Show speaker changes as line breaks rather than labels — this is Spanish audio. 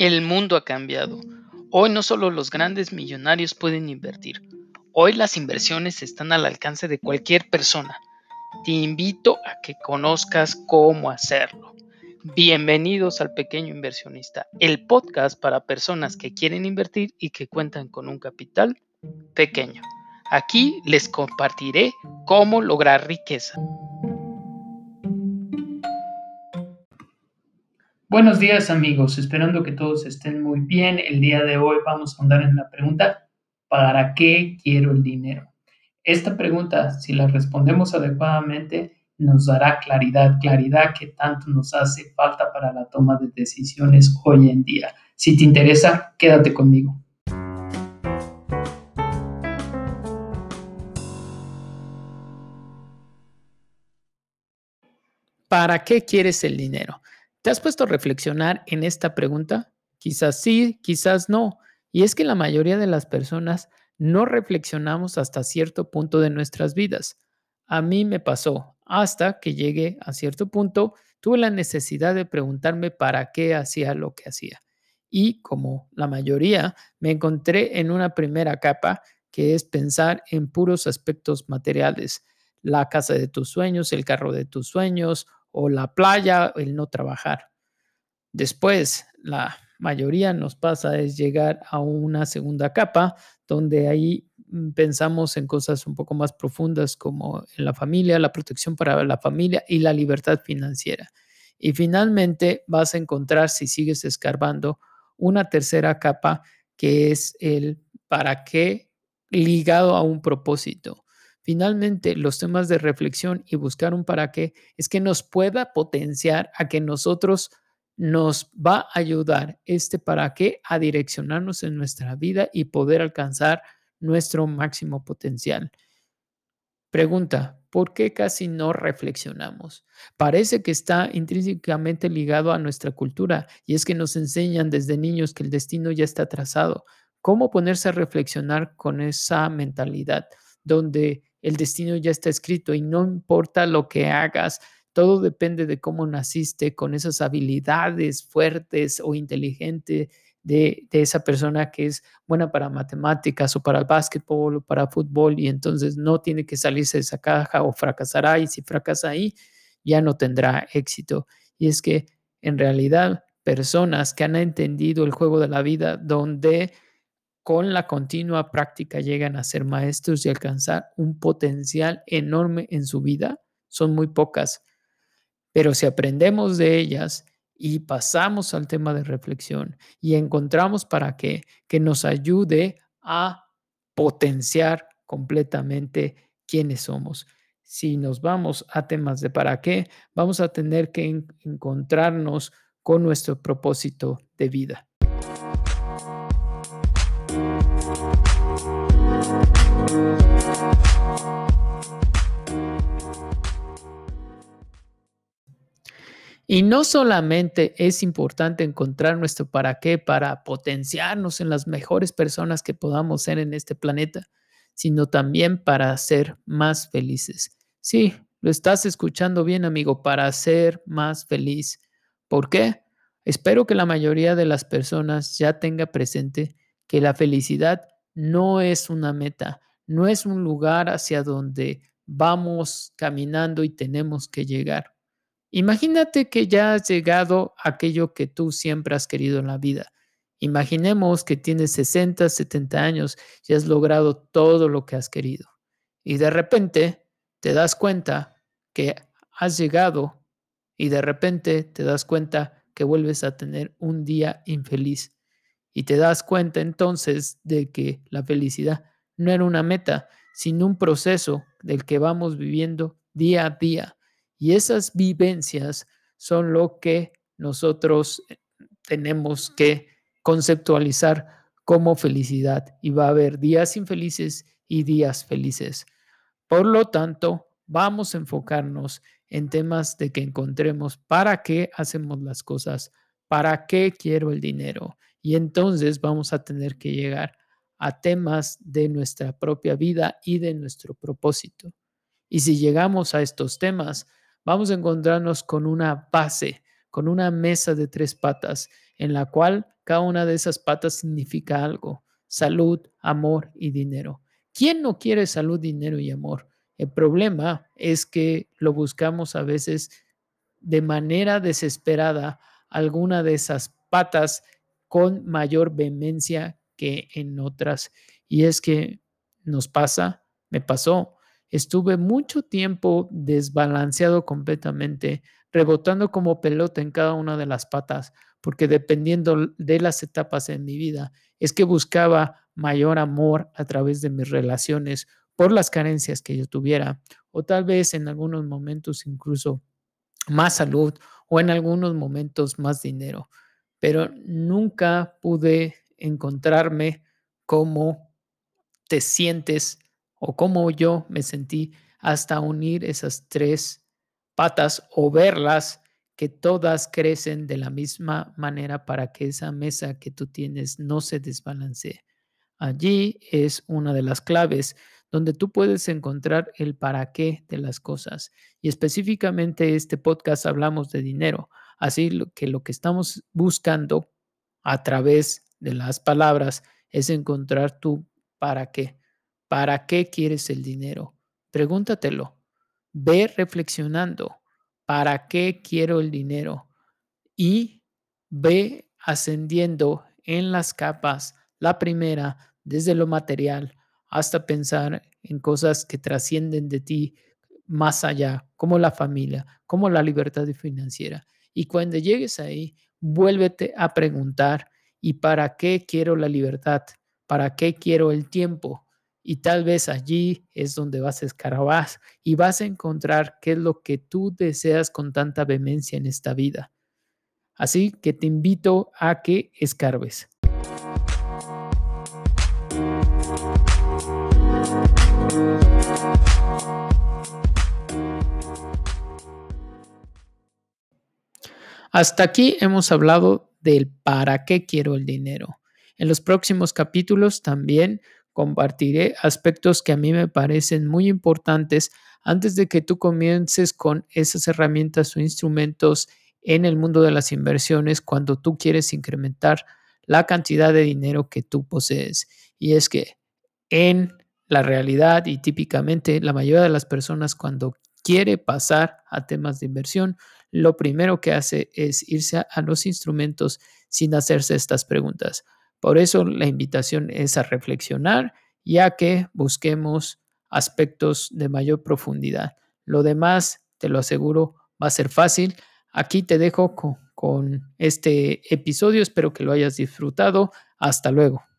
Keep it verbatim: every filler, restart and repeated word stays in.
El mundo ha cambiado. Hoy no solo los grandes millonarios pueden invertir. Hoy las inversiones están al alcance de cualquier persona. Te invito a que conozcas cómo hacerlo. Bienvenidos al Pequeño Inversionista, el podcast para personas que quieren invertir y que cuentan con un capital pequeño. Aquí les compartiré cómo lograr riqueza.
Buenos días amigos, esperando que todos estén muy bien. El día de hoy vamos a andar en la pregunta, ¿para qué quiero el dinero? Esta pregunta, si la respondemos adecuadamente, nos dará claridad, claridad que tanto nos hace falta para la toma de decisiones hoy en día. Si te interesa, quédate conmigo.
¿Para qué quieres el dinero? ¿Te has puesto a reflexionar en esta pregunta? Quizás sí, quizás no. Y es que la mayoría de las personas no reflexionamos hasta cierto punto de nuestras vidas. A mí me pasó, hasta que llegué a cierto punto, tuve la necesidad de preguntarme para qué hacía lo que hacía. Y como la mayoría, me encontré en una primera capa que es pensar en puros aspectos materiales. La casa de tus sueños, el carro de tus sueños, o la playa, el no trabajar. Después, la mayoría nos pasa es llegar a una segunda capa, donde ahí pensamos en cosas un poco más profundas como en la familia, la protección para la familia y la libertad financiera. Y finalmente vas a encontrar, si sigues escarbando, una tercera capa que es el para qué ligado a un propósito. Finalmente, los temas de reflexión y buscar un para qué es que nos pueda potenciar a que nosotros nos va a ayudar este para qué a direccionarnos en nuestra vida y poder alcanzar nuestro máximo potencial. Pregunta, ¿por qué casi no reflexionamos? Parece que está intrínsecamente ligado a nuestra cultura y es que nos enseñan desde niños que el destino ya está trazado. ¿Cómo ponerse a reflexionar con esa mentalidad donde el destino ya está escrito y no importa lo que hagas, todo depende de cómo naciste con esas habilidades fuertes o inteligentes de, de esa persona que es buena para matemáticas o para el básquetbol o para fútbol y entonces no tiene que salirse de esa caja o fracasará y si fracasa ahí ya no tendrá éxito. Y es que en realidad personas que han entendido el juego de la vida donde con la continua práctica llegan a ser maestros y alcanzar un potencial enorme en su vida son muy pocas. Pero si aprendemos de ellas y pasamos al tema de reflexión y encontramos para qué, que nos ayude a potenciar completamente quiénes somos. Si nos vamos a temas de para qué, vamos a tener que en- encontrarnos con nuestro propósito de vida. Y no solamente es importante encontrar nuestro para qué para potenciarnos en las mejores personas que podamos ser en este planeta, sino también para ser más felices. Sí, lo estás escuchando bien, amigo, para ser más feliz. ¿Por qué? Espero que la mayoría de las personas ya tenga presente que la felicidad no es una meta, no es un lugar hacia donde vamos caminando y tenemos que llegar. Imagínate que ya has llegado a aquello que tú siempre has querido en la vida. Imaginemos que tienes sesenta, setenta años y has logrado todo lo que has querido. Y de repente te das cuenta que has llegado y de repente te das cuenta que vuelves a tener un día infeliz. Y te das cuenta entonces de que la felicidad no era una meta, sino un proceso del que vamos viviendo día a día. Y esas vivencias son lo que nosotros eh, tenemos que conceptualizar como felicidad. Y va a haber días infelices y días felices. Por lo tanto, vamos a enfocarnos en temas de que encontremos para qué hacemos las cosas, para qué quiero el dinero. Y entonces vamos a tener que llegar a temas de nuestra propia vida y de nuestro propósito. Y si llegamos a estos temas, vamos a encontrarnos con una base, con una mesa de tres patas, en la cual cada una de esas patas significa algo: salud, amor y dinero. ¿Quién no quiere salud, dinero y amor? El problema es que lo buscamos a veces de manera desesperada, alguna de esas patas con mayor vehemencia que en otras. Y es que nos pasa, me pasó, estuve mucho tiempo desbalanceado completamente, rebotando como pelota en cada una de las patas, porque dependiendo de las etapas en mi vida, es que buscaba mayor amor a través de mis relaciones por las carencias que yo tuviera, o tal vez en algunos momentos incluso más salud, o en algunos momentos más dinero, pero nunca pude encontrarme cómo te sientes o cómo yo me sentí hasta unir esas tres patas o verlas que todas crecen de la misma manera para que esa mesa que tú tienes no se desbalancee. Allí es una de las claves donde tú puedes encontrar el para qué de las cosas. Y específicamente este podcast hablamos de dinero. Así lo que lo que estamos buscando a través de las palabras es encontrar tu para qué. ¿Para qué quieres el dinero? Pregúntatelo. Ve reflexionando. ¿Para qué quiero el dinero? Y ve ascendiendo en las capas. La primera, desde lo material hasta pensar en cosas que trascienden de ti más allá, como la familia, como la libertad financiera. Y cuando llegues ahí, vuélvete a preguntar: ¿y para qué quiero la libertad? ¿Para qué quiero el tiempo? Y tal vez allí es donde vas a escarbar y vas a encontrar qué es lo que tú deseas con tanta vehemencia en esta vida. Así que te invito a que escarbes. Hasta aquí hemos hablado del para qué quiero el dinero. En los próximos capítulos también compartiré aspectos que a mí me parecen muy importantes antes de que tú comiences con esas herramientas o instrumentos en el mundo de las inversiones cuando tú quieres incrementar la cantidad de dinero que tú posees. Y es que en la realidad y típicamente la mayoría de las personas cuando quiere pasar a temas de inversión, lo primero que hace es irse a, a los instrumentos sin hacerse estas preguntas. Por eso la invitación es a reflexionar y a que busquemos aspectos de mayor profundidad. Lo demás, te lo aseguro, va a ser fácil. Aquí te dejo con, con este episodio. Espero que lo hayas disfrutado. Hasta luego.